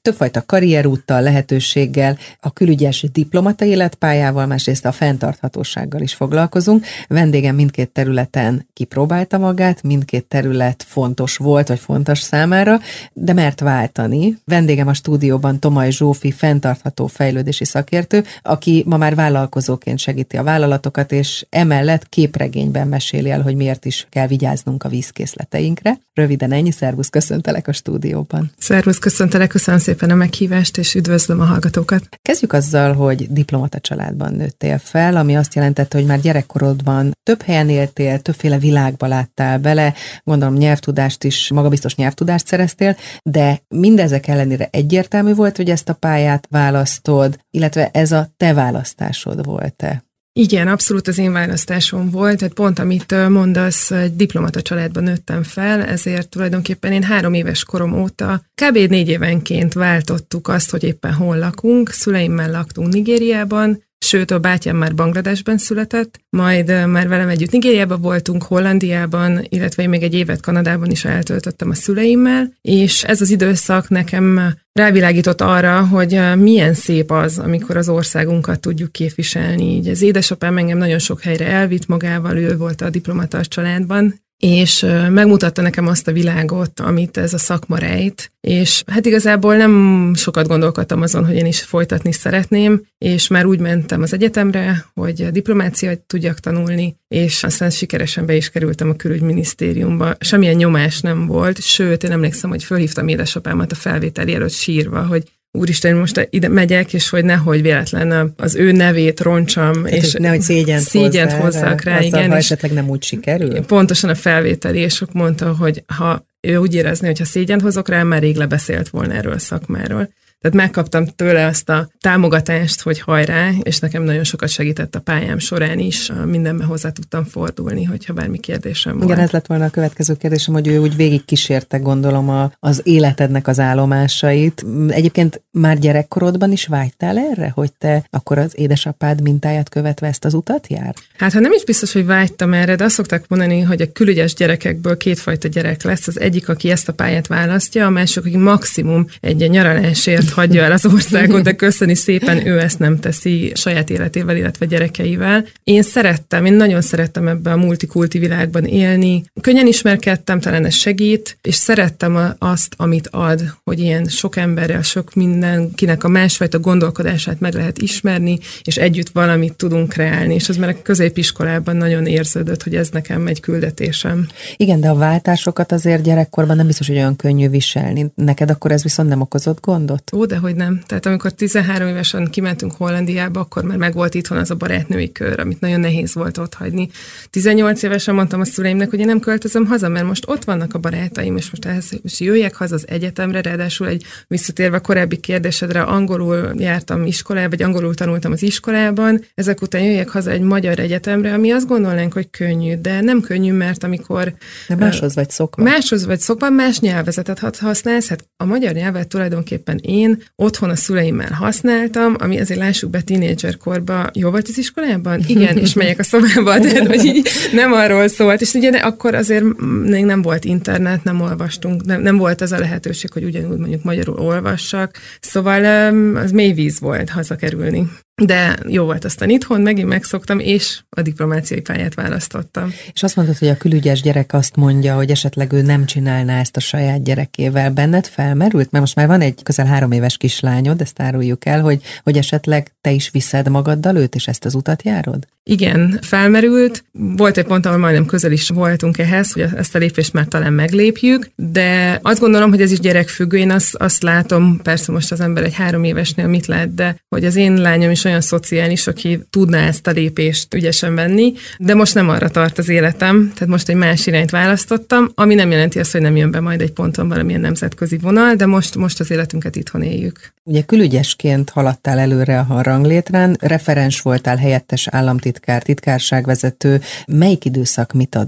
többfajta karrierúttal, lehetőséggel, a külügyes diplomata életpályával, másrészt a fenntarthatósággal is foglalkozunk. Vendégem mindkét területen kipróbálta magát, mindkét terület fontos volt, vagy fontos számára, de mert váltani. Vendégem a stúdióban Tomai Zsófi, fenntartható fejlődési szakértő, aki ma már vállalkozóként segíti a vállalatokat, és emellett képregényben meséli el, hogy miért is kell vigyáznunk a vízkészleteinkre. Röviden ennyi, szervusz, köszöntelek a stúdióban. Szervusz, köszöntelek, köszönöm szépen a meghívást, és üdvözlöm a hallgatókat. Kezdjük azzal, hogy diplomata családban nőttél fel, ami azt jelentette, hogy már gyerekkorodban több helyen éltél, többféle világba láttál bele, gondolom nyelvtudást is, magabiztos nyelvtudást szereztél, de mindezek ellenére egyértelmű volt, hogy ezt a pályát választod, illetve ez a te választásod volt-e? Igen, abszolút az én választásom volt, tehát pont amit mondasz, egy diplomata családban nőttem fel, ezért tulajdonképpen én 3 éves korom óta kb. 4 évenként váltottuk azt, hogy éppen hol lakunk. Szüleimmel laktunk Nigériában, sőt, a bátyám már Bangladesben született, majd már velem együtt Nigériában voltunk, Hollandiában, illetve én még egy évet Kanadában is eltöltöttem a szüleimmel, és ez az időszak nekem rávilágított arra, hogy milyen szép az, amikor az országunkat tudjuk képviselni. Így az édesapám engem nagyon sok helyre elvitt magával, ő volt a diplomata családban, és megmutatta nekem azt a világot, amit ez a szakma rejt, és hát igazából nem sokat gondolkodtam azon, hogy én is folytatni szeretném, és már úgy mentem az egyetemre, hogy diplomáciát tudjak tanulni, és aztán sikeresen be is kerültem a külügyminisztériumba. Semmilyen nyomás nem volt, sőt, én emlékszem, hogy fölhívtam édesapámat a felvételi előtt sírva, hogy úristen, most ide megyek, és hogy nehogy véletlen az ő nevét roncsam, tehát, és nehogy szégyent hozzak rá, azzal, igen. Ha esetleg nem úgy sikerül? Pontosan a felvételi, és mondta, hogy ha ő úgy érezné, hogy ha szégyent hozok rá, már rég lebeszélt volna erről a szakmáról. Tehát megkaptam tőle azt a támogatást, hogy hajrá, és nekem nagyon sokat segített a pályám során is, mindenben hozzá tudtam fordulni, hogyha bármi kérdésem volt. Igen, ez lett volna a következő kérdésem, hogy ő úgy végig kísérte, gondolom, az életednek az állomásait. Egyébként már gyerekkorodban is vágytál erre, hogy te akkor az édesapád mintáját követve ezt az utat jár? Hát nem is biztos, hogy vágytam erre, de azt szokták mondani, hogy a külügyes gyerekekből 2 fajta gyerek lesz. Az egyik, aki ezt a pályát választja, a másik, aki maximum egy nyaralásért hagyja el az országot, de köszöni szépen, ő ezt nem teszi saját életével, illetve gyerekeivel. Én nagyon szerettem ebbe a multikulti világban élni. Könnyen ismerkedtem, talán ez segít, és szerettem azt, amit ad, hogy ilyen sok emberrel, sok mindenkinek a másfajta gondolkodását meg lehet ismerni, és együtt valamit tudunk kreálni, és az már a középiskolában nagyon érződött, hogy ez nekem egy küldetésem. Igen, de a váltásokat azért gyerekkorban nem biztos, hogy olyan könnyű viselni. Neked akkor ez viszont nem okozott gondot? Ó, dehogy nem. Tehát amikor 13 évesen kimentünk Hollandiába, akkor már megvolt itthon az a barátnői kör, amit nagyon nehéz volt otthagyni. 18 évesen mondtam a szüleimnek, hogy én nem költözöm haza, mert most ott vannak a barátaim, és most jöjjek haza az egyetemre, ráadásul visszatérve a korábbi kérdésedre, angolul jártam iskolába, vagy angolul tanultam az iskolában, ezek után jöjjek haza egy magyar egyetemre, ami azt gondolnánk, hogy könnyű, de nem könnyű, mert amikor... De máshoz vagy szokva. Más nyelvezetet használsz, hát a magyar nyelvet tulajdonképpen én otthon a szüleimmel használtam, ami azért lássuk be tínédzserkorban. Jó volt az iskolában? Igen, és megyek a szobába, tehát hogy így nem arról szólt. És ugye de akkor azért még nem volt internet, nem olvastunk, nem volt az a lehetőség, hogy ugyanúgy mondjuk magyarul olvassak. Szóval az mély víz volt hazakerülni. De jó volt, aztán itthon megint megszoktam, és a diplomáciai pályát választottam. És azt mondtad, hogy a külügyes gyerek azt mondja, hogy esetleg ő nem csinálná ezt a saját gyerekével. Benned felmerült? Mert most már van egy közel 3 éves kislányod, ezt áruljuk el, hogy esetleg te is viszed magaddal őt, és ezt az utat járod? Igen, felmerült. Volt egy pont, ahol majdnem közel is voltunk ehhez, hogy ezt a lépést már talán meglépjük, de azt gondolom, hogy ez is gyerekfüggő. Én azt látom, persze most az ember egy 3 évesnél mit lát, de hogy az én lányom is olyan szociális, aki tudná ezt a lépést ügyesen venni, de most nem arra tart az életem, tehát most egy más irányt választottam, ami nem jelenti azt, hogy nem jön be majd egy ponton valamilyen nemzetközi vonal, de most az életünket itthon éljük. Ugye külügyesként haladtál előre a ranglétrán, referens voltál, helyettes államtitkár, titkárságvezető. Melyik időszak mit adott?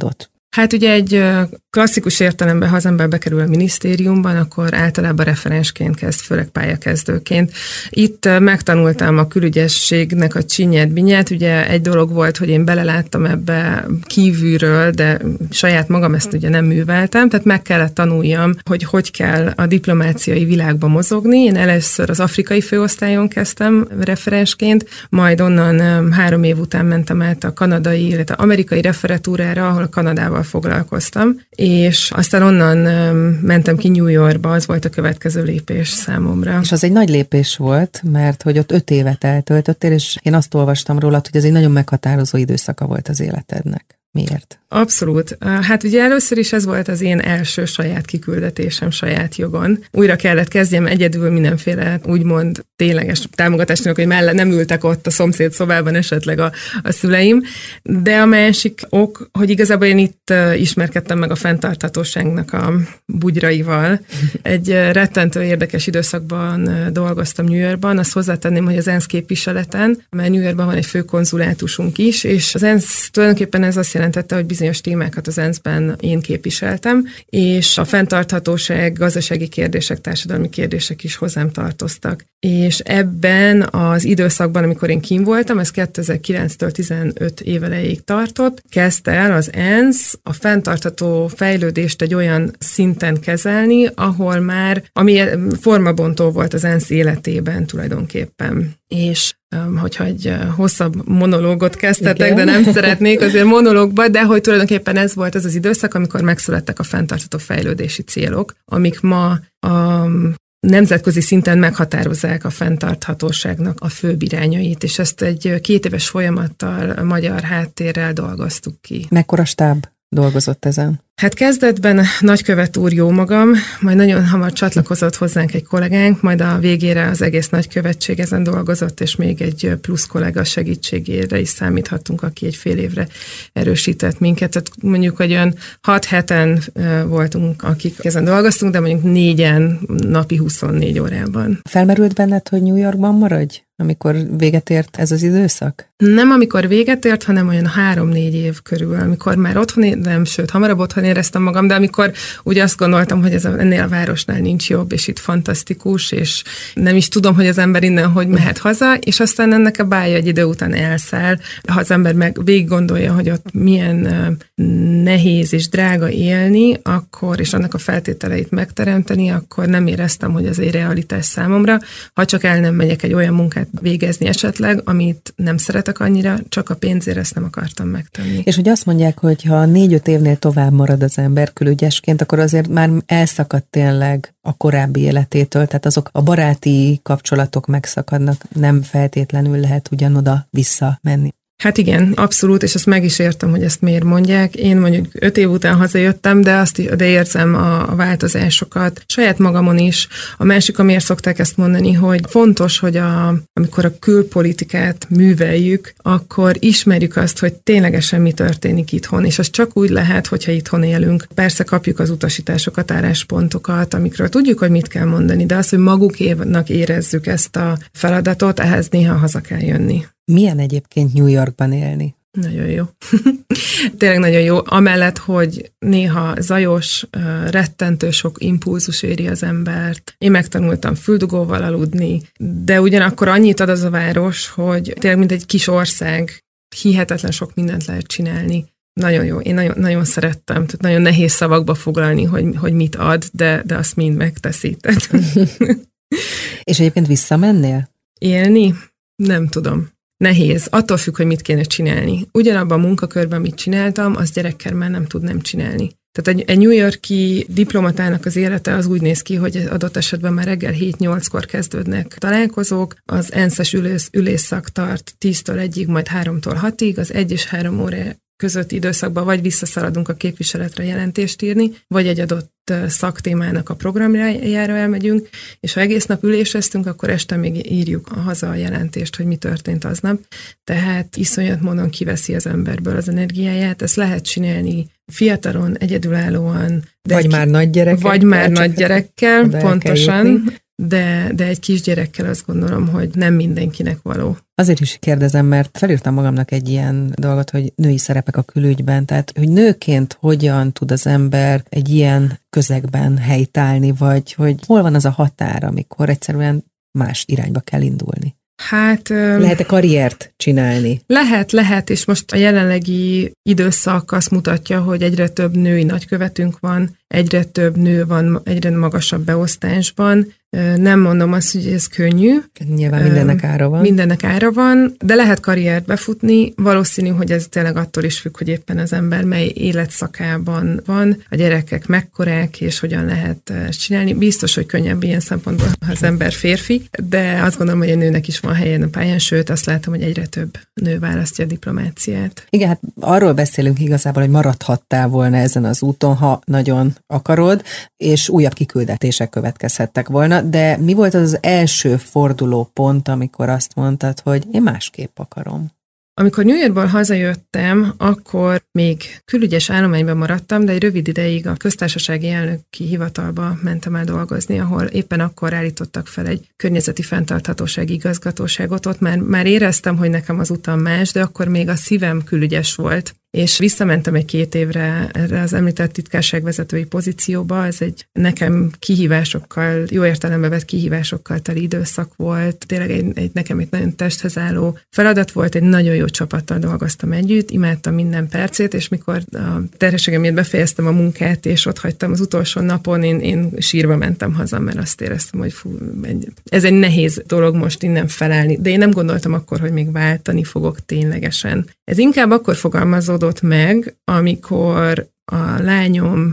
Hát ugye egy klasszikus értelemben, ha az ember bekerül a minisztériumban, akkor általában referensként kezd, főleg pályakezdőként. Itt megtanultam a külügyességnek a csinyát-binyát. Ugye egy dolog volt, hogy én beleláttam ebbe kívülről, de saját magam ezt ugye nem műveltem, tehát meg kellett tanuljam, hogy kell a diplomáciai világban mozogni. Én először az afrikai főosztályon kezdtem referensként, majd onnan 3 év után mentem át a kanadai, illetve amerikai referatúrára, ahol a Kanadával foglalkoztam, és aztán onnan mentem ki New Yorkba, az volt a következő lépés számomra. És az egy nagy lépés volt, mert hogy ott 5 évet eltöltöttél, és én azt olvastam rólad, hogy ez egy nagyon meghatározó időszaka volt az életednek. Miért? Abszolút. Hát ugye először is ez volt az én első saját kiküldetésem saját jogon. Újra kellett kezdjem egyedül mindenféle úgymond tényleges támogatásnak, hogy mellett nem ültek ott a szomszéd szobában esetleg a szüleim. De a másik ok, hogy igazából én itt ismerkedtem meg a fenntarthatóságnak a bugyraival. Egy rettentő érdekes időszakban dolgoztam New Yorkban, azt hozzátenném, hogy az ENSZ képviseleten, mert New Yorkban van egy főkonzulátusunk is, és az ENSZ tulajdonképpen ez azt jelentette, hogy bizonyos témákat az ENSZ-ben én képviseltem, és a fenntarthatóság, gazdasági kérdések, társadalmi kérdések is hozzám tartoztak. És ebben az időszakban, amikor én kint voltam, ez 2009-től 15 év elejéig tartott, kezdte el az ENSZ a fenntartható fejlődést egy olyan szinten kezelni, ahol már, ami formabontó volt az ENSZ életében tulajdonképpen. És hogyha egy hosszabb monológot kezdhetek, de nem szeretnék azért monológba, de hogy tulajdonképpen ez volt az az időszak, amikor megszülettek a fenntartható fejlődési célok, amik ma a nemzetközi szinten meghatározzák a fenntarthatóságnak a főbb irányait, és ezt egy 2 éves folyamattal, magyar háttérrel dolgoztuk ki. Mekkora stáb dolgozott ezen? Hát kezdetben nagykövet úr jó magam, majd nagyon hamar csatlakozott hozzánk egy kollégánk, majd a végére az egész nagykövetség ezen dolgozott, és még egy plusz kollega segítségére is számíthattunk, aki egy fél évre erősített minket. Tehát mondjuk, hogy olyan 6-7-en voltunk, akik ezen dolgoztunk, de mondjuk 4-en napi 24 órában. Felmerült benned, hogy New Yorkban maradj, amikor véget ért ez az időszak? Nem amikor véget ért, hanem olyan 3-4 év körül, amikor már hamarabb otthon éreztem magam, de amikor úgy azt gondoltam, hogy ennél a városnál nincs jobb, és itt fantasztikus, és nem is tudom, hogy az ember innen hogy mehet haza, és aztán ennek a bája egy idő után elszáll. Ha az ember meg végig gondolja, hogy ott milyen nehéz és drága élni, akkor, és annak a feltételeit megteremteni, akkor nem éreztem, hogy ez egy realitás számomra. Ha csak el nem megyek egy olyan munkát végezni esetleg, amit nem szeretek annyira, csak a pénzért ezt nem akartam megtenni. És hogy azt mondják, hogy ha 4-5 évnél tovább marad az ember külügyesként, akkor azért már elszakad tényleg a korábbi életétől, tehát azok a baráti kapcsolatok megszakadnak, nem feltétlenül lehet ugyanoda visszamenni. Hát igen, abszolút, és ezt meg is értem, hogy ezt miért mondják. Én mondjuk 5 év után hazajöttem, de érzem a változásokat saját magamon is. A másik, amiért szokták ezt mondani, hogy fontos, hogy amikor a külpolitikát műveljük, akkor ismerjük azt, hogy ténylegesen mi történik itthon, és az csak úgy lehet, hogyha itthon élünk. Persze kapjuk az utasításokat, álláspontokat, amikről tudjuk, hogy mit kell mondani, de az, hogy magukénak érezzük ezt a feladatot, ehhez néha haza kell jönni. Milyen egyébként New Yorkban élni? Nagyon jó. Tényleg nagyon jó. Amellett, hogy néha zajos, rettentő sok impulzus éri az embert. Én megtanultam füldugóval aludni, de ugyanakkor annyit ad az a város, hogy tényleg mint egy kis ország, hihetetlen sok mindent lehet csinálni. Nagyon jó. Én nagyon szerettem. Tehát nagyon nehéz szavakba foglalni, hogy mit ad, de azt mind megteszi. És egyébként visszamennél? Élni? Nem tudom. Nehéz. Attól függ, hogy mit kéne csinálni. Ugyanabban a munkakörben, amit csináltam, az gyerekkel már nem tudnám csinálni. Tehát egy New York-i diplomatának az élete az úgy néz ki, hogy adott esetben már reggel 7-8-kor kezdődnek találkozók, az ENSZ-es ülésszak tart 10-től 1-ig, majd 3-tól 6-ig, az 1 és 3 óra közötti időszakban vagy visszaszaladunk a képviseletre jelentést írni, vagy egy adott szaktémának a programjára elmegyünk, és ha egész nap üléseztünk, akkor este még írjuk haza a jelentést, hogy mi történt aznap. Tehát iszonyat módon kiveszi az emberből az energiáját. Ezt lehet csinálni fiatalon, egyedülállóan. Vagy már nagygyerekekkel. Vagy már nagygyerekkel, pontosan. de egy kisgyerekkel azt gondolom, hogy nem mindenkinek való. Azért is kérdezem, mert felírtam magamnak egy ilyen dolgot, hogy női szerepek a külügyben, tehát hogy nőként hogyan tud az ember egy ilyen közegben helytállni, vagy hogy hol van az a határ, amikor egyszerűen más irányba kell indulni? Hát... Lehet-e karriert csinálni? Lehet, és most a jelenlegi időszak azt mutatja, hogy egyre több női nagykövetünk van, egyre több nő van egyre magasabb beosztásban. Nem mondom azt, hogy ez könnyű. Nyilván mindennek ára van. Mindennek ára van, de lehet karriert befutni. Valószínű, hogy ez tényleg attól is függ, hogy éppen az ember mely életszakában van, a gyerekek mekkorák, és hogyan lehet ezt csinálni. Biztos, hogy könnyebb ilyen szempontból, ha az ember férfi, de azt gondolom, hogy a nőnek is van helyen a pályán, sőt, azt látom, hogy egyre több nő választja a diplomáciát. Igen, hát arról beszélünk igazából, hogy maradhattál volna ezen az úton, ha nagyon akarod, és újabb kiküldetések következhettek volna, de mi volt az első fordulópont, amikor azt mondtad, hogy én másképp akarom? Amikor New Yorkból hazajöttem, akkor még külügyes állományban maradtam, de egy rövid ideig a köztársasági elnöki hivatalba mentem el dolgozni, ahol éppen akkor állítottak fel egy környezeti fenntarthatósági igazgatóságot. Ott már éreztem, hogy nekem az utam más, de akkor még a szívem külügyes volt. És visszamentem egy 2 évre erre az említett titkárságvezetői pozícióba. Ez egy nekem kihívásokkal, jó értelembe vett kihívásokkal teli időszak volt. Tényleg nekem egy nagyon testhez álló feladat volt, egy nagyon jó csapattal dolgoztam együtt, imádtam minden percét, és mikor a terhességem miatt befejeztem a munkát, és ott hagytam az utolsó napon, én sírva mentem haza, mert azt éreztem, hogy ez egy nehéz dolog most innen felállni. De én nem gondoltam akkor, hogy még váltani fogok ténylegesen. Ez inkább akkor fogalmazódott meg, amikor a lányom,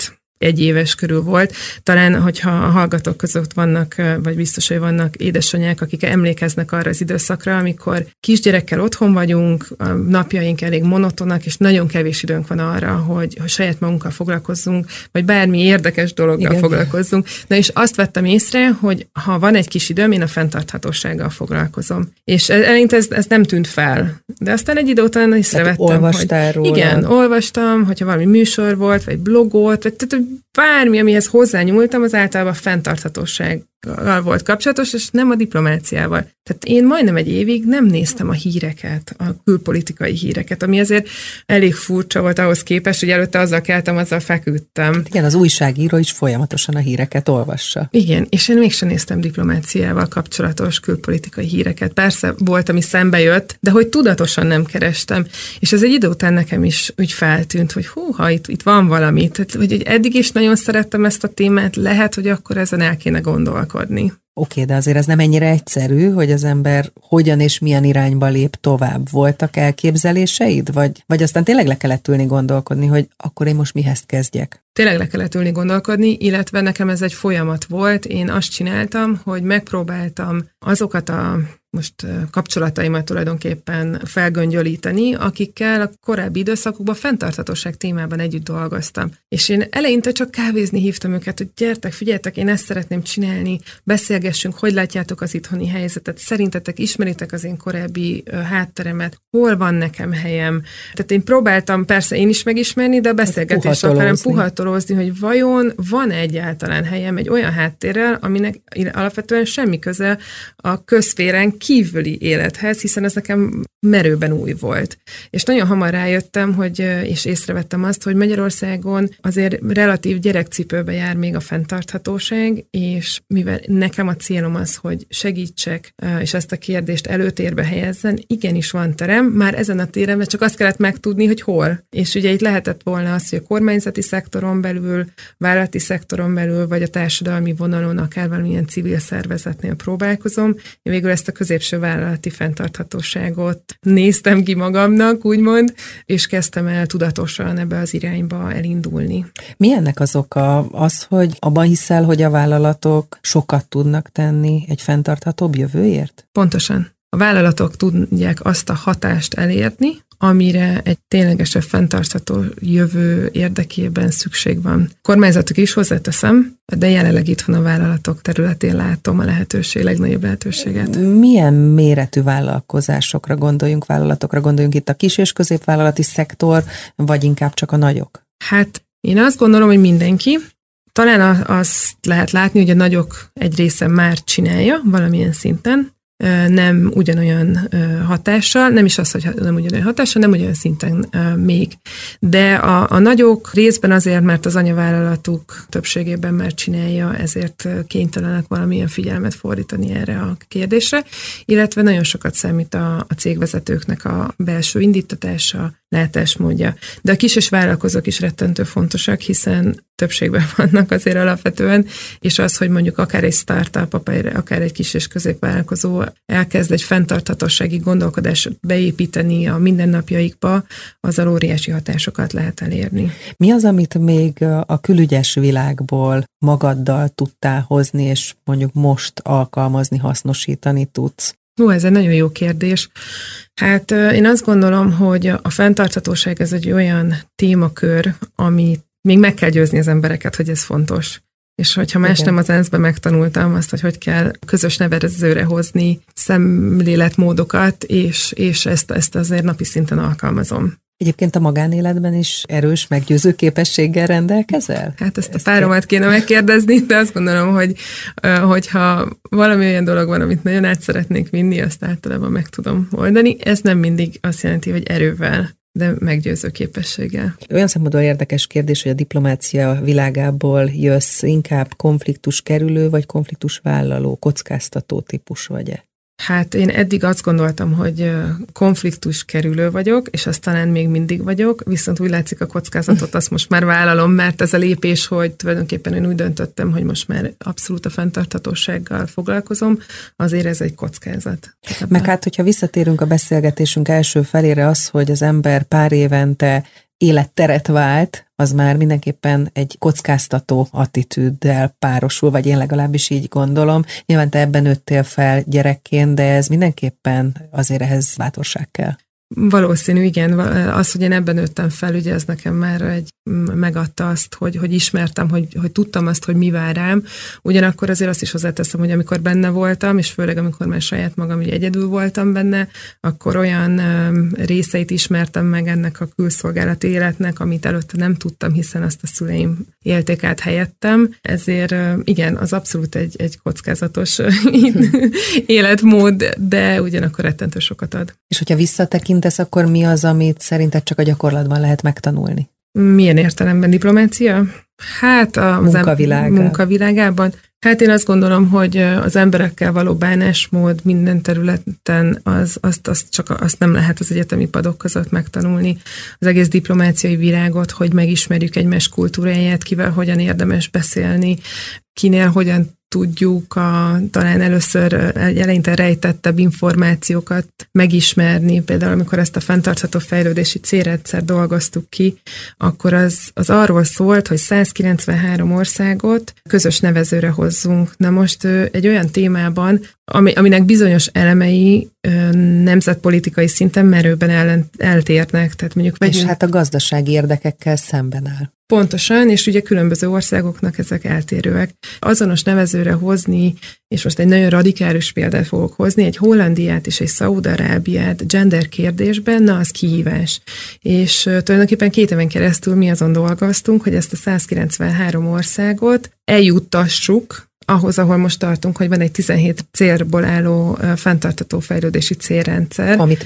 1 éves körül volt. Talán, hogyha a hallgatók között vannak, vagy biztos, hogy vannak édesanyák, akik emlékeznek arra az időszakra, amikor kisgyerekkel otthon vagyunk, a napjaink elég monotonak, és nagyon kevés időnk van arra, hogy saját magunkkal foglalkozzunk, vagy bármi érdekes dologgal foglalkozzunk. Na és azt vettem észre, hogy ha van egy kis időm, én a fenntarthatósággal foglalkozom. És eleinte ez nem tűnt fel. De aztán egy idő után észrevettem, olvastál róla. Igen, olvastam, hogyha valami műsor volt, vagy blogot, vagy bármi, amihez hozzányúltam, az általában fenntarthatósággal volt kapcsolatos, és nem a diplomáciával. Tehát én majdnem egy évig nem néztem a híreket, a külpolitikai híreket, ami azért elég furcsa volt ahhoz képest, hogy előtte azzal keltem, azzal feküdtem. Igen, az újságíró is folyamatosan a híreket olvassa. Igen, és én mégsem néztem diplomáciával kapcsolatos külpolitikai híreket. Persze volt, ami szembe jött, de hogy tudatosan nem kerestem. És ez egy idő után nekem is úgy feltűnt, hogy húha, itt van valami. Tehát, hogy eddig is nagyon szerettem ezt a témát, lehet, hogy akkor ezen el kéne gondolkodni. Oké, de azért ez nem ennyire egyszerű, hogy az ember hogyan és milyen irányba lép tovább. Voltak elképzeléseid? Vagy aztán tényleg le kellett ülni gondolkodni, hogy akkor én most mihez kezdjek? Tényleg le kellett ülni gondolkodni, illetve nekem ez egy folyamat volt. Én azt csináltam, hogy megpróbáltam azokat a kapcsolataimat tulajdonképpen felgöngyölíteni, akikkel a korábbi időszakokban fenntarthatóság témában együtt dolgoztam. És én eleinte csak kávézni hívtam őket, hogy gyertek, figyeljetek, én ezt szeretném csinálni, beszélgessünk, hogy látjátok az itthoni helyzetet, szerintetek ismeritek az én korábbi hátteremet, hol van nekem helyem. Tehát én próbáltam persze én is megismerni, de a beszélgetés során puhatolózni, hogy vajon van egyáltalán helyem egy olyan háttérrel, aminek alapvetően semmi köze a közszférán kívüli élethez, hiszen ez nekem merőben új volt. És nagyon hamar rájöttem, és észrevettem azt, hogy Magyarországon azért relatív gyerekcipőbe jár még a fenntarthatóság, és mivel nekem a célom az, hogy segítsek, és ezt a kérdést előtérbe helyezzen, igenis van terem, már ezen a téren, csak azt kellett megtudni, hogy hol. És ugye itt lehetett volna az, hogy a kormányzati szektoron belül, vállalati szektoron belül, vagy a társadalmi vonalon, akár valamilyen civil szervezetnél próbálkozom. Én végül ezt a középső vállalati fenntarthatóságot néztem ki magamnak, úgymond, és kezdtem el tudatosan ebbe az irányba elindulni. Mi ennek az oka? Az, hogy abban hiszel, hogy a vállalatok sokat tudnak tenni egy fenntarthatóbb jövőért? Pontosan. A vállalatok tudják azt a hatást elérni, amire egy ténylegesen fenntartható jövő érdekében szükség van. Kormányzatok is hozzáteszem, de jelenleg itthon a vállalatok területén látom a legnagyobb lehetőséget. Milyen méretű vállalkozásokra gondoljunk, vállalatokra gondoljunk itt a kis- és középvállalati szektor, vagy inkább csak a nagyok? Hát én azt gondolom, hogy mindenki. Talán azt lehet látni, hogy a nagyok egy része már csinálja valamilyen szinten, nem ugyanolyan hatással, nem is az, hogy nem ugyanolyan hatással, nem ugyanolyan szinten még. De a nagyok részben azért, mert az anyavállalatuk többségében már csinálja, ezért kénytelenek valamilyen figyelmet fordítani erre a kérdésre, illetve nagyon sokat számít a cégvezetőknek a belső indítatása, látásmódja. De a kis és vállalkozók is rettentő fontosak, hiszen többségben vannak azért alapvetően, és az, hogy mondjuk akár egy startup, akár egy kis és középvállalkozó elkezd egy fenntarthatósági gondolkodást beépíteni a mindennapjaikba, azzal óriási hatásokat lehet elérni. Mi az, amit még a külügyes világból magaddal tudtál hozni, és mondjuk most alkalmazni, hasznosítani tudsz? Ez egy nagyon jó kérdés. Hát én azt gondolom, hogy a fenntarthatóság ez egy olyan témakör, amit még meg kell győzni az embereket, hogy ez fontos. És hogyha más nem, az ENSZ-ben megtanultam azt, hogy kell közös nevezőre hozni szemléletmódokat, és ezt azért napi szinten alkalmazom. Egyébként a magánéletben is erős, meggyőző képességgel rendelkezel? Hát ezt a páromat kéne megkérdezni, de azt gondolom, hogyha valami olyan dolog van, amit nagyon át szeretnék vinni, azt általában meg tudom oldani. Ez nem mindig azt jelenti, hogy erővel, de meggyőző képességgel. Olyan szempontból érdekes kérdés, hogy a diplomácia világából jössz, inkább konfliktus kerülő, vagy konfliktus vállaló, kockáztató típus vagy-e? Hát én eddig azt gondoltam, hogy konfliktus kerülő vagyok, és azt talán még mindig vagyok, viszont úgy látszik a kockázatot, azt most már vállalom, mert ez a lépés, hogy tulajdonképpen én úgy döntöttem, hogy most már abszolút a fenntarthatósággal foglalkozom, azért ez egy kockázat. Meg hát, hogyha visszatérünk a beszélgetésünk első felére, az, hogy az ember pár évente életteret vált, az már mindenképpen egy kockáztató attitűddel párosul, vagy én legalábbis így gondolom. Nyilván te ebben nőttél fel gyerekként, de ez mindenképpen azért ehhez bátorság kell. Valószínű, igen. Az, hogy én ebben nőttem fel, ugye ez nekem már megadta azt, hogy ismertem, hogy tudtam azt, hogy mi vár rám. Ugyanakkor azért azt is hozzáteszem, hogy amikor benne voltam, és főleg amikor már saját magam ugye egyedül voltam benne, akkor olyan részeit ismertem meg ennek a külszolgálati életnek, amit előtte nem tudtam, hiszen azt a szüleim élték át helyettem. Ezért igen, az abszolút egy kockázatos életmód, de ugyanakkor rettentő sokat ad. És hogyha visszatekintesz, akkor mi az, amit szerinted csak a gyakorlatban lehet megtanulni? Milyen értelemben diplomácia? Hát a munkavilágában. Hát én azt gondolom, hogy az emberekkel való bánásmód minden területen azt nem lehet az egyetemi padok között megtanulni. Az egész diplomáciai világot, hogy megismerjük egymás kultúráját, kivel hogyan érdemes beszélni, kinél hogyan tudjuk talán először eleinte rejtettebb információkat megismerni. Például amikor ezt a fenntartható fejlődési célrendszer dolgoztuk ki, akkor az arról szólt, hogy 193 országot közös nevezőre hozzunk. Na most egy olyan témában, aminek bizonyos elemei nemzetpolitikai szinten merőben eltérnek. Tehát mondjuk és hát a gazdasági érdekekkel szemben áll. Pontosan, és ugye különböző országoknak ezek eltérőek. Azonos nevezőre hozni, és most egy nagyon radikális példát fogok hozni, egy Hollandiát és egy Szaúd-Arábiát gender kérdésben, na az kihívás. És tulajdonképpen 2 éven keresztül mi azon dolgoztunk, hogy ezt a 193 országot eljuttassuk ahhoz, ahol most tartunk, hogy van egy 17 célból álló fenntartható fejlődési célrendszer. Amit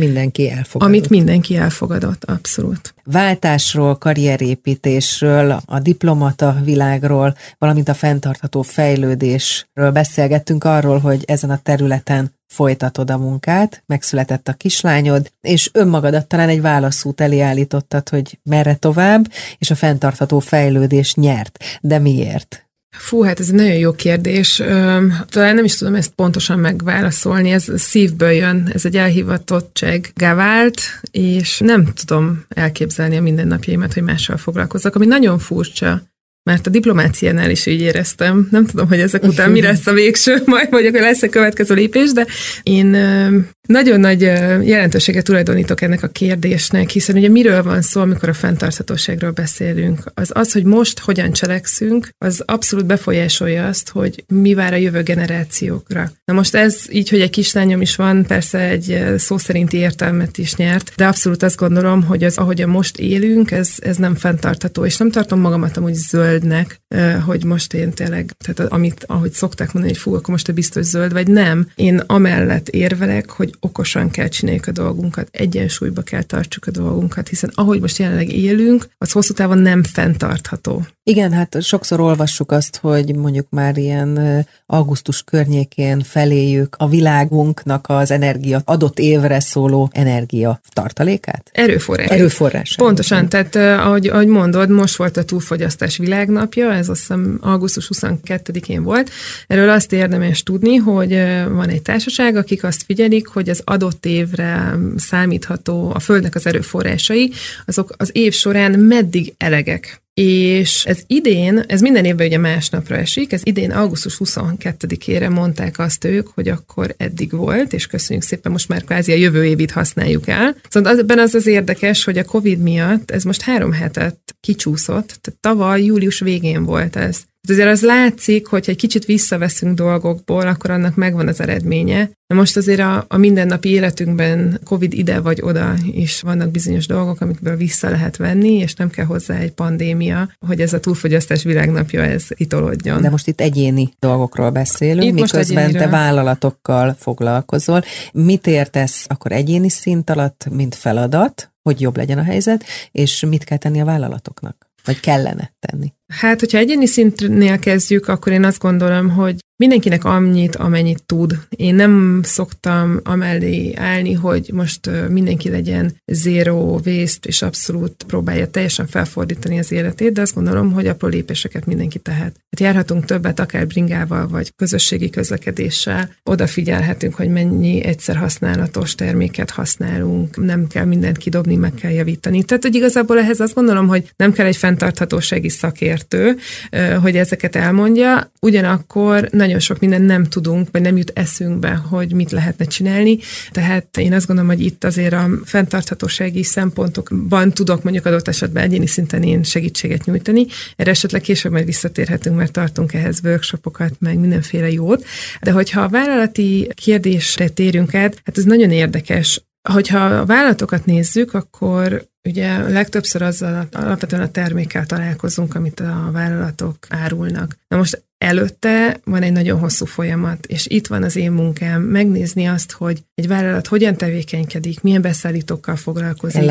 mindenki elfogadott. Abszolút. Váltásról, karrierépítésről, a diplomata világról, valamint a fenntartható fejlődésről beszélgettünk, arról, hogy ezen a területen folytatod a munkát, megszületett a kislányod, és önmagadat talán egy válaszút elé állítottad, hogy merre tovább, és a fenntartható fejlődés nyert. De miért? Hát ez egy nagyon jó kérdés. Talán nem is tudom ezt pontosan megválaszolni, ez szívből jön, ez egy elhivatottsággá vált, és nem tudom elképzelni a mindennapjaimat, hogy mással foglalkozzak, ami nagyon furcsa, mert a diplomáciánál is így éreztem. Nem tudom, hogy ezek után mi lesz a végső, vagy lesz a következő lépés, de én nagyon nagy jelentőséget tulajdonítok ennek a kérdésnek, hiszen ugye miről van szó, amikor a fenntarthatóságról beszélünk. Az, hogy most hogyan cselekszünk, az abszolút befolyásolja azt, hogy mi vár a jövő generációkra. Na most ez így, hogy egy kislányom is van, persze egy szó szerinti értelmet is nyert, de abszolút azt gondolom, hogy az, ahogyan most élünk, ez nem fenntartható, és nem tartom magamat amúgy zöldnek, hogy most én tényleg, tehát ahogy szokták mondani, hogy fú, akkor most te biztos zöld, vagy nem. Én amellett érvelek, hogy okosan kell csináljuk a dolgunkat, egyensúlyba kell tartsuk a dolgunkat, hiszen ahogy most jelenleg élünk, az hosszú távon nem fenntartható. Igen, hát sokszor olvassuk azt, hogy mondjuk már ilyen augusztus környékén feléjük a világunknak az energia, adott évre szóló energia tartalékát? Erőforrás. Pontosan, tehát ahogy mondod, most volt a túlfogyasztás világnapja, ez azt hiszem augusztus 22-én volt. Erről azt érdemes tudni, hogy van egy társaság, akik azt figyelik, hogy az adott évre számítható a Földnek az erőforrásai, azok az év során meddig elegek. És ez minden évben ugye másnapra esik, ez idén augusztus 22-ére mondták azt ők, hogy akkor eddig volt, és köszönjük szépen, most már kvázi a jövő évit használjuk el. Szóval ebben az érdekes, hogy a Covid miatt ez most 3 hetet kicsúszott, tehát tavaly július végén volt ez. Azért az látszik, hogy egy kicsit visszaveszünk dolgokból, akkor annak megvan az eredménye. De most azért a mindennapi életünkben Covid ide vagy oda is vannak bizonyos dolgok, amikből vissza lehet venni, és nem kell hozzá egy pandémia, hogy ez a túlfogyasztás világnapja ez itolódjon. De most itt egyéni dolgokról beszélünk, miközben te vállalatokkal foglalkozol. Mit értesz akkor egyéni szint alatt, mint feladat, hogy jobb legyen a helyzet, és mit kell tenni a vállalatoknak? Vagy kellene tenni? Hát, hogyha egyéni szintnél kezdjük, akkor én azt gondolom, hogy mindenkinek annyit, amennyit tud. Én nem szoktam amellé állni, hogy most mindenki legyen zero waste, és abszolút próbálja teljesen felfordítani az életét, de azt gondolom, hogy apró lépéseket mindenki tehet. Hát járhatunk többet, akár bringával, vagy közösségi közlekedéssel. Odafigyelhetünk, hogy mennyi egyszer használatos terméket használunk, nem kell mindent kidobni, meg kell javítani. Tehát, hogy igazából ehhez azt gondolom, hogy nem kell egy fenntarthatósági szakértő, hogy ezeket elmondja, ugyanakkor nagyon sok mindent nem tudunk, vagy nem jut eszünkbe, hogy mit lehetne csinálni. Tehát én azt gondolom, hogy itt azért a fenntarthatósági szempontokban tudok mondjuk adott esetben egyéni szinten én segítséget nyújtani. Erre esetleg később majd visszatérhetünk, mert tartunk ehhez workshopokat, meg mindenféle jót. De hogyha a vállalati kérdésre térünk át, hát ez nagyon érdekes. Hogyha a vállalatokat nézzük, akkor ugye legtöbbször azzal alapvetően a termékkel találkozunk, amit a vállalatok árulnak. Na most előtte van egy nagyon hosszú folyamat, és itt van az én munkám megnézni azt, hogy egy vállalat hogyan tevékenykedik, milyen beszállítókkal foglalkozik.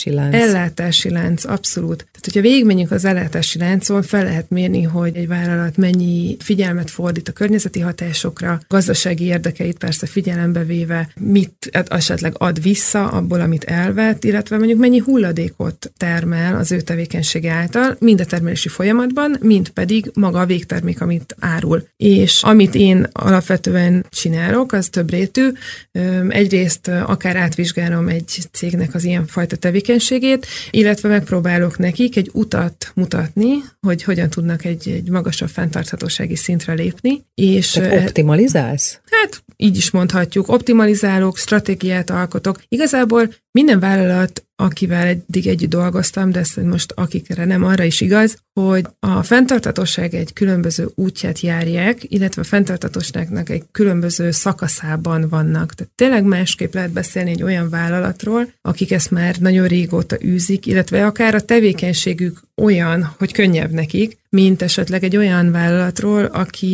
Ellátási lánc, abszolút. Tehát, hogyha végigmenjünk az ellátási láncon, fel lehet mérni, hogy egy vállalat mennyi figyelmet fordít a környezeti hatásokra, gazdasági érdekeit persze figyelembe véve, mit esetleg ad vissza abból, amit elvett, illetve mondjuk mennyi hulladékot termel az ő tevékenysége által, mind a termelési folyamatban, mind pedig maga a végtermék, amit árul. És amit én alapvetően csinálok, az több rétű. Egyrészt akár átvizsgálom egy cégnek az ilyenfajta tevékenységét, illetve megpróbálok nekik egy utat mutatni, hogy hogyan tudnak egy magasabb fenntarthatósági szintre lépni. És tehát optimalizálsz? Hát így is mondhatjuk. Optimalizálok, stratégiát alkotok. Igazából minden vállalat, akivel eddig együtt dolgoztam, de ezt most akikre nem, arra is igaz, hogy a fenntarthatóság egy különböző útját járják, illetve a fenntarthatóságnak egy különböző szakaszában vannak. Tehát tényleg másképp lehet beszélni egy olyan vállalatról, akik ezt már nagyon régóta űzik, illetve akár a tevékenységük olyan, hogy könnyebb nekik, mint esetleg egy olyan vállalatról,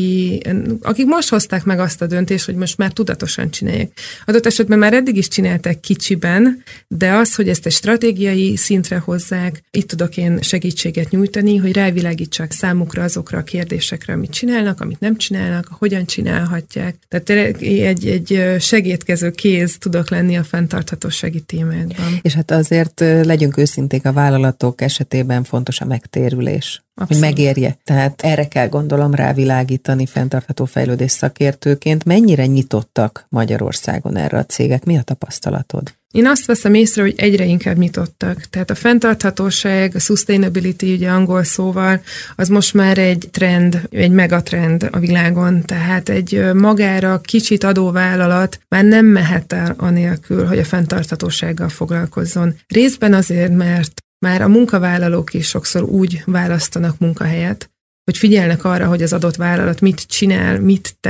akik most hozták meg azt a döntést, hogy most már tudatosan csinálják. Adott esetben már eddig is csinálták kicsiben, de az, hogy ezt egy stratégiai szintre hozzák, itt tudok én segítséget nyújtani, hogy rávilágítsak számukra azokra a kérdésekre, amit csinálnak, amit nem csinálnak, hogyan csinálhatják. Tehát egy segédkező kéz tudok lenni a fenntarthatósági témákban. És hát azért legyünk őszinték, a vállalatok esetében fontos a megtérülés. Abszolút. Hogy megérje. Tehát erre kell gondolom rávilágítani fenntartható fejlődés szakértőként. Mennyire nyitottak Magyarországon erre a cégek? Mi a tapasztalatod? Én azt veszem észre, hogy egyre inkább nyitottak. Tehát a fenntarthatóság, a sustainability, ugye angol szóval, az most már egy trend, egy megatrend a világon. Tehát egy magára kicsit adóvállalat már nem mehet el anélkül, hogy a fenntarthatósággal foglalkozzon. Részben azért, mert már a munkavállalók is sokszor úgy választanak munkahelyet, hogy figyelnek arra, hogy az adott vállalat mit csinál, mit tesz,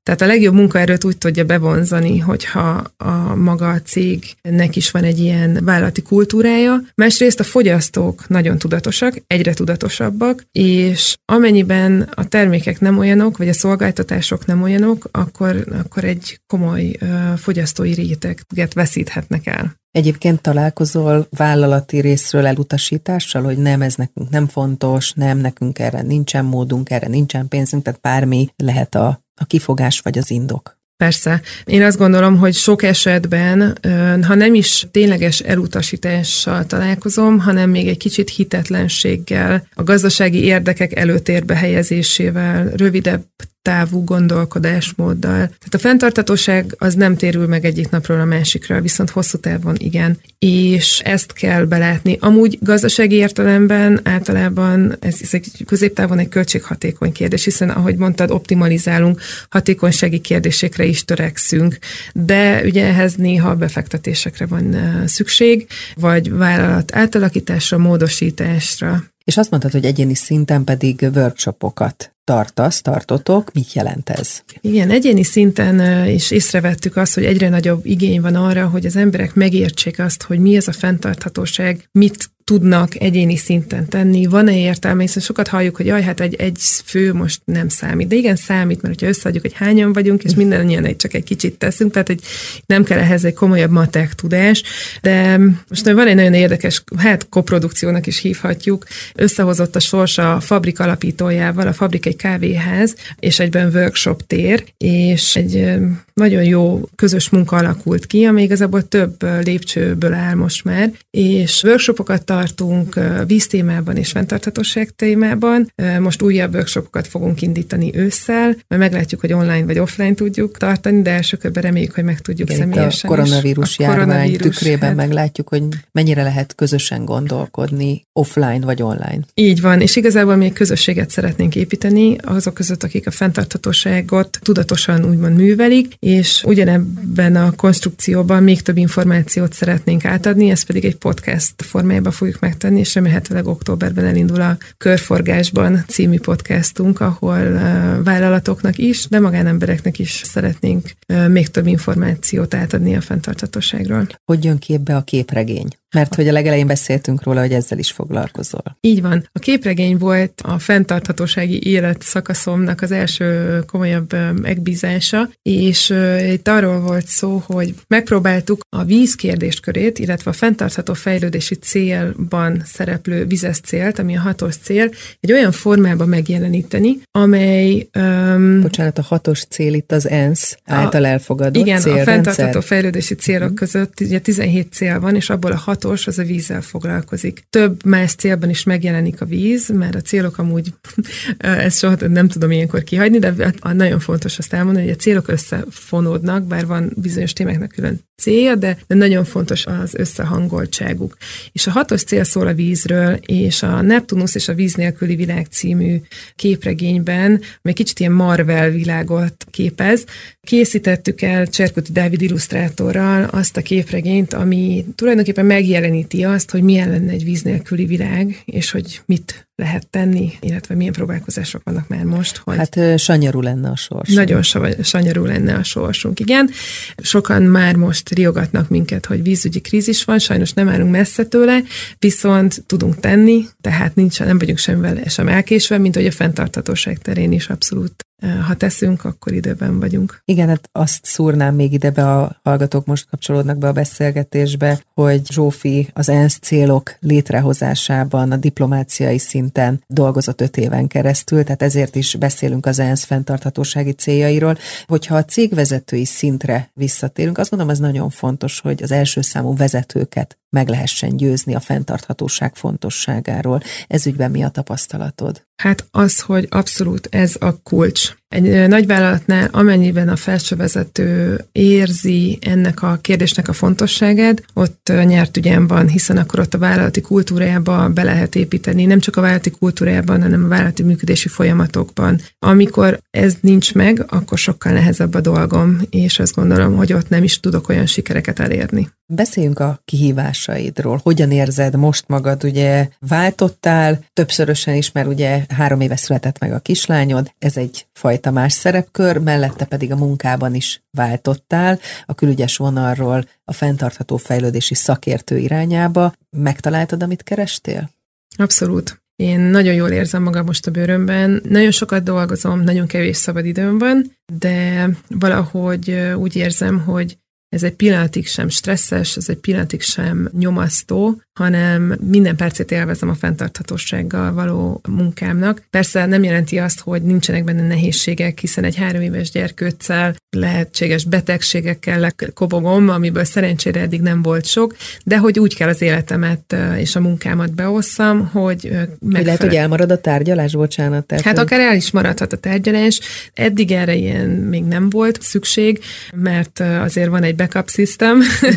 Tehát a legjobb munkaerőt úgy tudja bevonzani, hogyha a maga a cégnek is van egy ilyen vállalati kultúrája. Másrészt a fogyasztók nagyon tudatosak, egyre tudatosabbak, és amennyiben a termékek nem olyanok, vagy a szolgáltatások nem olyanok, akkor egy komoly fogyasztói réteget veszíthetnek el. Egyébként találkozol vállalati részről elutasítással, hogy nem, ez nekünk nem fontos, nem, nekünk erre nincsen módunk, erre nincsen pénzünk, tehát bármi lehet a kifogás vagy az indok. Persze. Én azt gondolom, hogy sok esetben, ha nem is tényleges elutasítással találkozom, hanem még egy kicsit hitetlenséggel, a gazdasági érdekek előtérbe helyezésével, rövidebb távú gondolkodásmóddal. Tehát a fenntarthatóság az nem térül meg egyik napról a másikra, viszont hosszú távon igen. És ezt kell belátni. Amúgy gazdasági értelemben általában ez egy középtávon egy költséghatékony kérdés, hiszen ahogy mondtad, optimalizálunk, hatékonysági kérdésekre is törekszünk, de ugye ehhez néha befektetésekre van szükség, vagy vállalat átalakításra, módosításra. És azt mondtad, hogy egyéni szinten pedig workshopokat tartotok. Mit jelent ez? Igen, egyéni szinten is észrevettük azt, hogy egyre nagyobb igény van arra, hogy az emberek megértsék azt, hogy mi ez a fenntarthatóság, mit tudnak egyéni szinten tenni, van-e értelme, hiszen sokat halljuk, hogy jaj, hát egy fő most nem számít. De igen, számít, mert hogyha összeadjuk, hogy hányan vagyunk, és mindannyian csak egy kicsit teszünk, tehát hogy nem kell ehhez egy komolyabb matek tudás, de most van egy nagyon érdekes, koprodukciónak is hívhatjuk, összehozott a sors a Fabrik alapítójával, a Fabrik egy kávéház, és egyben workshop tér, és egy nagyon jó közös munka alakult ki, ami igazából több lépcsőből áll most már, és workshopokat tartunk víztémában és fenntarthatóság témában. Most újabb workshopokat fogunk indítani ősszel, mert meglátjuk, hogy online vagy offline tudjuk tartani, de első körben reméljük, hogy meg tudjuk személyesen. A koronavírus járvány tükrében meglátjuk, hogy mennyire lehet közösen gondolkodni offline vagy online. Így van, és igazából mi egy közösséget szeretnénk építeni azok között, akik a fenntarthatóságot tudatosan úgymond művelik, és ugyanebben a konstrukcióban még több információt szeretnénk átadni, ez pedig egy podcast formájában fogjuk megtenni, és remélhetőleg októberben elindul a Körforgásban című podcastunk, ahol vállalatoknak is, de magánembereknek is szeretnénk még több információt átadni a fenntarthatóságról. Hogy jön képbe a képregény? Mert hogy a legelején beszéltünk róla, hogy ezzel is foglalkozol. Így van. A képregény volt a fenntarthatósági életszakaszomnak az első komolyabb megbízása, és itt arról volt szó, hogy megpróbáltuk a víz kérdéskörét, illetve a fenntartható fejlődési célban szereplő vizes célt, ami a 6-os cél, egy olyan formában megjeleníteni, amely... Bocsánat, a 6-os cél itt az ENSZ által elfogadott célrendszer. Igen, a fenntartható fejlődési célok között ugye 17 cél van, és abból a 6-os az a vízzel foglalkozik. Több más célban is megjelenik a víz, mert a célok amúgy, ezt soha nem tudom ilyenkor kihagyni, de nagyon fontos azt elmondani, hogy a célok összefonódnak, bár van bizonyos témáknak külön célja, de nagyon fontos az összehangoltságuk. És a 6-os cél szól a vízről, és a Neptunusz és a víz nélküli világ című képregényben, ami kicsit ilyen Marvel világot képez, készítettük el Cserkuti Dávid illusztrátorral azt a képregényt, ami tulajdonképpen megjeleníti azt, hogy milyen lenne egy víz nélküli világ, és hogy mit lehet tenni, illetve milyen próbálkozások vannak már most. Hogy hát sanyarú lenne a sorsunk. Nagyon sanyarú lenne a sorsunk, igen. Sokan már most riogatnak minket, hogy vízügyi krízis van, sajnos nem állunk messze tőle, viszont tudunk tenni, tehát nem vagyunk semmivel sem elkésve, mint hogy a fenntarthatóság terén is abszolút, ha teszünk, akkor időben vagyunk. Igen, hát azt szúrnám még ide be, a hallgatók most kapcsolódnak be a beszélgetésbe, hogy Zsófi az ENSZ célok létrehozásában a diplomáciai szinten dolgozott 5 éven keresztül, tehát ezért is beszélünk az ENSZ fenntarthatósági céljairól. Hogyha a cégvezetői szintre visszatérünk, azt gondolom, ez nagyon fontos, hogy az első számú vezetőket meg lehessen győzni a fenntarthatóság fontosságáról. Ez ügyben mi a tapasztalatod? Hát az, hogy abszolút ez a kulcs. Egy nagyvállalatnál, amennyiben a felsővezető érzi ennek a kérdésnek a fontosságát, ott nyert ügyem van, hiszen akkor ott a vállalati kultúrájába be lehet építeni, nem csak a vállalati kultúrájában, hanem a vállalati működési folyamatokban. Amikor ez nincs meg, akkor sokkal nehezebb a dolgom, és azt gondolom, hogy ott nem is tudok olyan sikereket elérni. Beszéljünk a kihívásaidról. Hogyan érzed most magad? Ugye váltottál többszörösen is, mert ugye 3 éve született meg a kislányod, ez egyfajta egyfajta más szerepkör, mellette pedig a munkában is váltottál a külügyes vonalról a fenntartható fejlődési szakértő irányába. Megtaláltad, amit kerestél? Abszolút. Én nagyon jól érzem magam most a bőrömben. Nagyon sokat dolgozom, nagyon kevés szabadidőm van, de valahogy úgy érzem, hogy ez egy pillanatig sem stresszes, ez egy pillanatig sem nyomasztó, hanem minden percét élvezem a fenntarthatósággal való munkámnak. Persze nem jelenti azt, hogy nincsenek benne nehézségek, hiszen egy 3 éves gyerkőccel, lehetséges betegségekkel lekobogom, amiből szerencsére eddig nem volt sok, de hogy úgy kell az életemet és a munkámat beosszam, hogy lehet, hogy elmarad a tárgyalás, bocsánat. Tehát, hát akár el is maradhat a tárgyalás. Eddig erre ilyen még nem volt szükség, mert azért van egy backup system,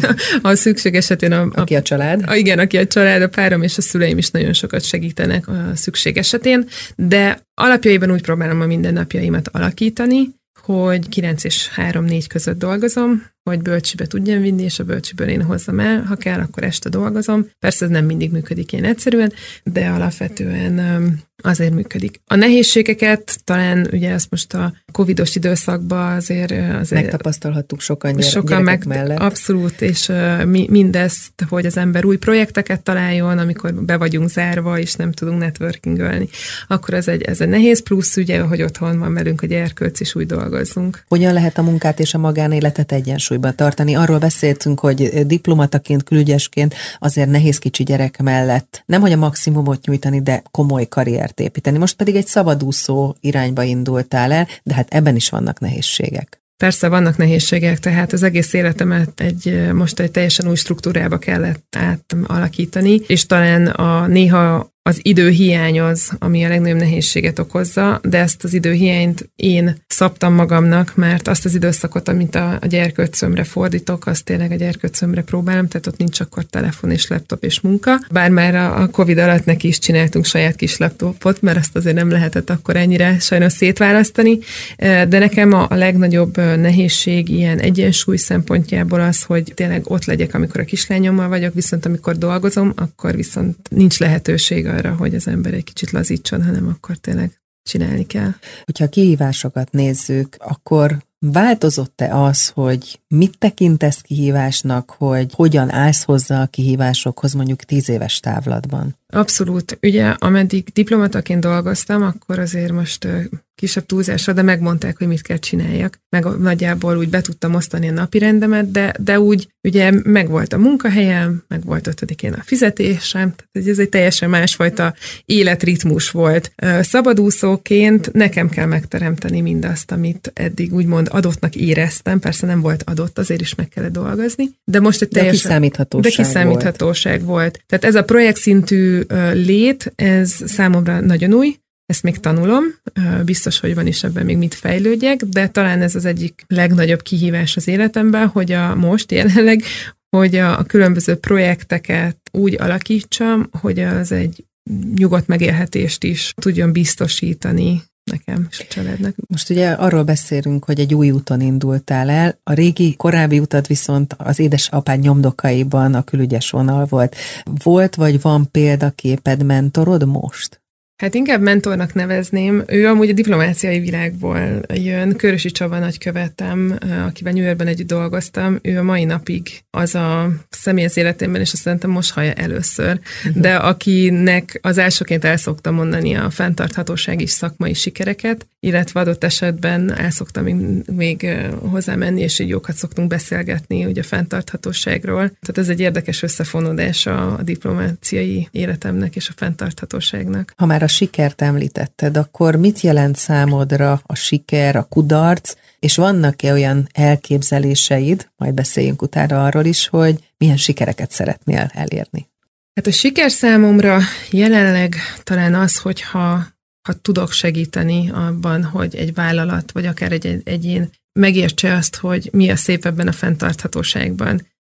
a szükség esetén aki a család. Igen, aki a család, a párom és a szüleim is nagyon sokat segítenek a szükség esetén, de alapjaiban úgy próbálom a mindennapjaimat alakítani, hogy 9 és 3-4 között dolgozom, hogy bölcsibe tudjam vinni, és a bölcsiből én hozzam el, ha kell, akkor este dolgozom. Persze ez nem mindig működik ilyen egyszerűen, de alapvetően azért működik. A nehézségeket talán ugye ezt most a covidos időszakban azért megtapasztalhattuk sokan gyerekek mellett. Abszolút, és mindezt, hogy az ember új projekteket találjon, amikor be vagyunk zárva, és nem tudunk networkingölni, akkor ez egy nehéz, plusz ugye, hogy otthon van velünk a gyerkőc, és úgy dolgozzunk. Hogyan lehet a munkát és a magánéletet egyensúlyban tartani? Arról beszéltünk, hogy diplomataként, külügyesként azért nehéz kicsi gyerek mellett nemhogy a maximumot nyújtani, de komoly karriert építeni. Most pedig egy szabadúszó irányba indultál el, de hát ebben is vannak nehézségek. Persze vannak nehézségek, tehát az egész életemet most egy teljesen új struktúrába kellett átalakítani, és talán néha az időhiány az, ami a legnagyobb nehézséget okozza, de ezt az időhiányt én szabtam magamnak, mert azt az időszakot, amit a gyerkőcömre fordítok, azt tényleg a gyerkőcömre próbálom, tehát ott nincs akkor telefon és laptop és munka. Bár már a Covid alatt neki is csináltunk saját kis laptopot, mert azt azért nem lehetett akkor ennyire sajnos szétválasztani, de nekem a legnagyobb nehézség ilyen egyensúly szempontjából az, hogy tényleg ott legyek, amikor a kislányommal vagyok, viszont amikor dolgozom, akkor viszont nincs lehetőség arra, hogy az ember egy kicsit lazítson, hanem akkor tényleg csinálni kell. Hogyha a kihívásokat nézzük, akkor változott-e az, hogy mit tekintesz kihívásnak, hogy hogyan állsz hozzá a kihívásokhoz mondjuk 10 éves távlatban? Abszolút. Ugye, ameddig diplomataként dolgoztam, akkor azért most kisebb túlzásra, de megmondták, hogy mit kell csináljak. Meg nagyjából úgy be tudtam osztani a napirendemet, de úgy ugye megvolt a munkahelyem, megvolt 5-én a fizetésem, tehát ez egy teljesen másfajta életritmus volt. Szabadúszóként nekem kell megteremteni mindazt, amit eddig úgymond adottnak éreztem, persze nem volt adott, azért is meg kellett dolgozni, de most egy teljesen... De kiszámíthatóság volt. Tehát ez a projektszintű lét, ez számomra nagyon új, ezt még tanulom, biztos, hogy van is ebben még mit fejlődjek, de talán ez az egyik legnagyobb kihívás az életemben, hogy most jelenleg, hogy a különböző projekteket úgy alakítsam, hogy az egy nyugodt megélhetést is tudjon biztosítani nekem és a családnak. Most ugye arról beszélünk, hogy egy új úton indultál el, a régi, korábbi utat viszont az édesapád nyomdokaiban a külügyes vonal volt. Volt vagy van példaképed, mentorod most? Hát inkább mentornak nevezném. Ő amúgy a diplomáciai világból jön. Körösi Csaba nagykövetem, akivel New Yorkban együtt dolgoztam, ő a mai napig az a személy az életemben, és azt szerintem most hallja először. De akinek az elsőként el szoktam mondani a fenntarthatóság és szakmai sikereket, illetve adott esetben el szoktam még hozzá menni, és így jókat szoktunk beszélgetni ugye a fenntarthatóságról. Tehát ez egy érdekes összefonódás a diplomáciai életemnek és a fenntarthatóságnak. Ha már a sikert említetted, akkor mit jelent számodra a siker, a kudarc, és vannak-e olyan elképzeléseid, majd beszéljünk utána arról is, hogy milyen sikereket szeretnél elérni? Hát a siker számomra jelenleg talán az, hogyha tudok segíteni abban, hogy egy vállalat, vagy akár egy egyén megértse azt, hogy mi a szép ebben a fenntarthatóságban.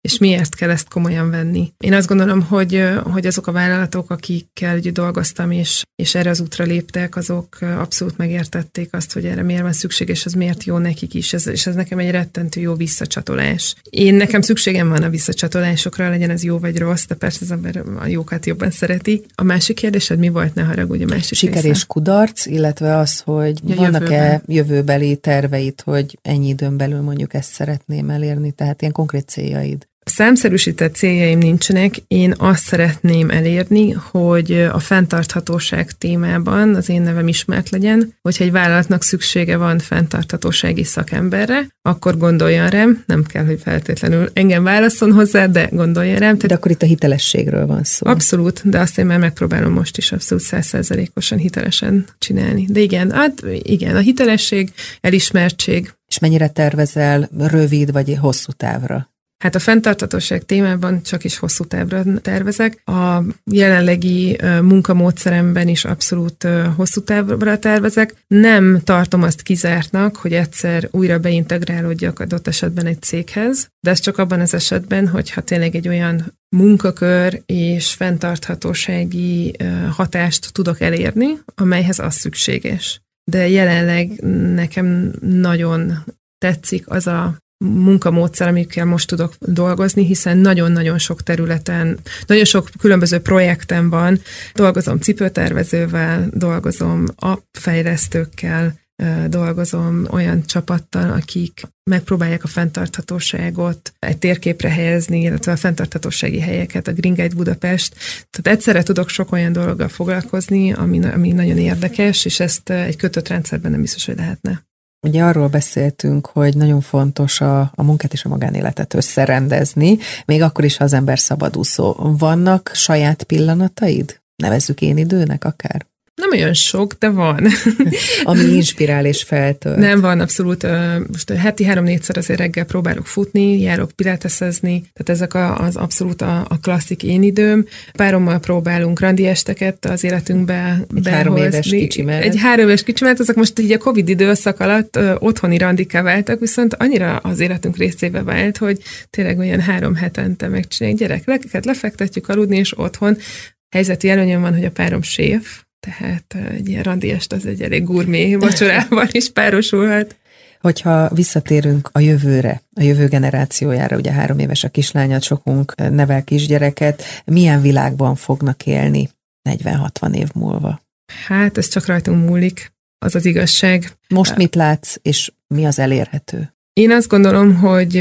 és miért kell ezt komolyan venni. Én azt gondolom, hogy azok a vállalatok, akikkel együtt dolgoztam, és erre az útra léptek, azok abszolút megértették azt, hogy erre miért van szükség, és ez miért jó nekik is, és ez nekem egy rettentő jó visszacsatolás. Nekem szükségem van a visszacsatolásokra, legyen ez jó vagy rossz, de persze az ember a jókat jobban szereti. A másik kérdésed mi volt, ne haragudj, a másik siker és kudarc, illetve az, hogy vannak-e jövőbeli terveid, hogy ennyi időn belül mondjuk ezt szeretném elérni, tehát ilyen konkrét céljaid? Számszerűsített céljaim nincsenek, én azt szeretném elérni, hogy a fenntarthatóság témában az én nevem ismert legyen, hogyha egy vállalatnak szüksége van fenntarthatósági szakemberre, akkor gondoljon rám, nem kell, hogy feltétlenül engem válasszon hozzá, de gondoljon rám. De akkor itt a hitelességről van szó. Abszolút, de azt én már megpróbálom most is abszolút 100%-osan hitelesen csinálni. De igen, a hitelesség, elismertség. És mennyire tervezel rövid vagy hosszú távra? Hát a fenntarthatóság témában csak is hosszú távra tervezek. A jelenlegi munkamódszeremben is abszolút hosszú távra tervezek. Nem tartom azt kizártnak, hogy egyszer újra beintegrálódjak adott esetben egy céghez, de ez csak abban az esetben, hogyha tényleg egy olyan munkakör és fenntarthatósági hatást tudok elérni, amelyhez az szükséges. De jelenleg nekem nagyon tetszik az a munkamódszer, amikkel most tudok dolgozni, hiszen nagyon-nagyon sok területen, nagyon sok különböző projektem van. Dolgozom cipőtervezővel, dolgozom appfejlesztőkkel, dolgozom olyan csapattal, akik megpróbálják a fenntarthatóságot egy térképre helyezni, illetve a fenntarthatósági helyeket, a Green Guide Budapest. Tehát egyszerre tudok sok olyan dologgal foglalkozni, ami nagyon érdekes, és ezt egy kötött rendszerben nem biztos, hogy lehetne. Ugye arról beszéltünk, hogy nagyon fontos a munkát és a magánéletet összerendezni, még akkor is, ha az ember szabadúszó. Vannak saját pillanataid? Nevezzük én időnek akár? Nem olyan sok, de van. Ami inspirál és feltölt. Nem, van abszolút. Most heti 3-4-szer azért reggel próbálok futni, járok pilatesezni, tehát ezek az abszolút a klasszik én időm. Párommal próbálunk randi esteket az életünkbe behozni. Egy 3 éves kicsi mellett. Egy 3 éves kicsi mellett, azok most így a Covid időszak alatt otthoni randikká váltak, viszont annyira az életünk részébe vált, hogy tényleg olyan 3 hetente megcsináljuk gyerekeket, lefektetjük aludni, és otthon. Helyzeti előnyöm van, hogy a párom séf, tehát egy ilyen randiest az egy elég gurmé vacsorával is párosulhat. Hogyha visszatérünk a jövőre, a jövő generációjára, ugye 3 éves a kislányad, sokunk nevel kisgyereket, milyen világban fognak élni 40-60 év múlva? Hát ez csak rajtunk múlik, az az igazság. Most mit látsz, és mi az elérhető? Én azt gondolom, hogy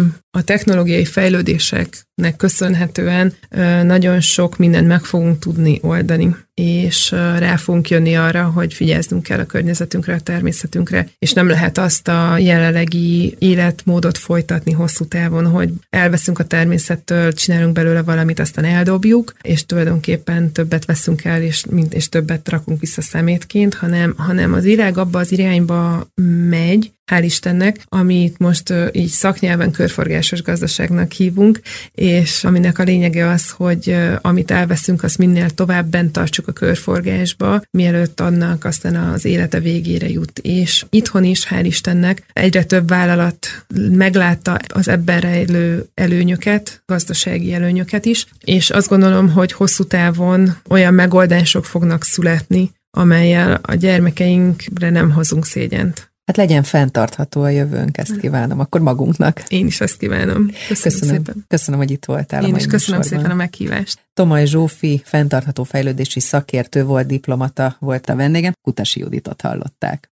a technológiai fejlődéseknek köszönhetően nagyon sok mindent meg fogunk tudni oldani, és rá fogunk jönni arra, hogy figyelznünk kell a környezetünkre, a természetünkre, és nem lehet azt a jelenlegi életmódot folytatni hosszú távon, hogy elveszünk a természettől, csinálunk belőle valamit, aztán eldobjuk, és tulajdonképpen többet veszünk el, és többet rakunk vissza szemétként, hanem az világ abba az irányba megy, hál' Istennek, amit most így szaknyelven körforgásos gazdaságnak hívunk, és aminek a lényege az, hogy amit elveszünk, azt minél tovább bent tartsuk a körforgásba, mielőtt annak aztán az élete végére jut. És itthon is, hál' Istennek, egyre több vállalat meglátta az ebben rejlő előnyöket, gazdasági előnyöket is, és azt gondolom, hogy hosszú távon olyan megoldások fognak születni, amellyel a gyermekeinkre nem hozunk szégyent. Hát legyen fenntartható a jövőnk, ezt kívánom, akkor magunknak. Én is ezt kívánom. Köszönöm szépen. Köszönöm, hogy itt voltál. Én is köszönöm szépen a meghívást. Tomaj Zsófi, fenntartható fejlődési szakértő volt, diplomata volt a vendégem, Kutasi Juditot hallották.